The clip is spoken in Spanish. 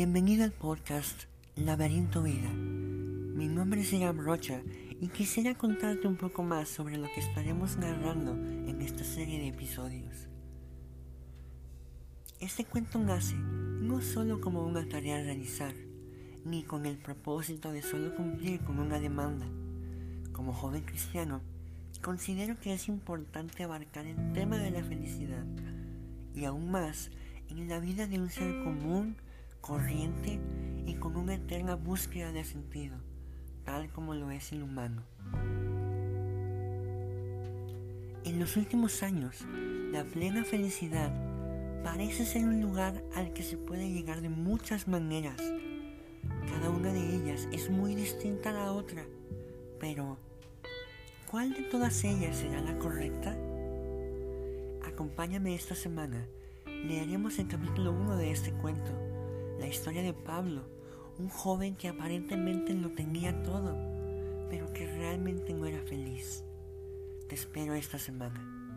Bienvenido al podcast Laberinto Vida. Mi nombre es Iram Rocha y quisiera contarte un poco más sobre lo que estaremos narrando en esta serie de episodios. Este cuento nace no solo como una tarea a realizar, ni con el propósito de solo cumplir con una demanda. Como joven cristiano, considero que es importante abarcar el tema de la felicidad y aún más en la vida de un ser común, corriente y con una eterna búsqueda de sentido, tal como lo es el humano. En los últimos años, la plena felicidad parece ser un lugar al que se puede llegar de muchas maneras. Cada una de ellas es muy distinta a la otra, pero ¿cuál de todas ellas será la correcta? Acompáñame esta semana. Leeremos el capítulo 1 de este cuento, la historia de Pablo, un joven que aparentemente lo tenía todo, pero que realmente no era feliz. Te espero esta semana.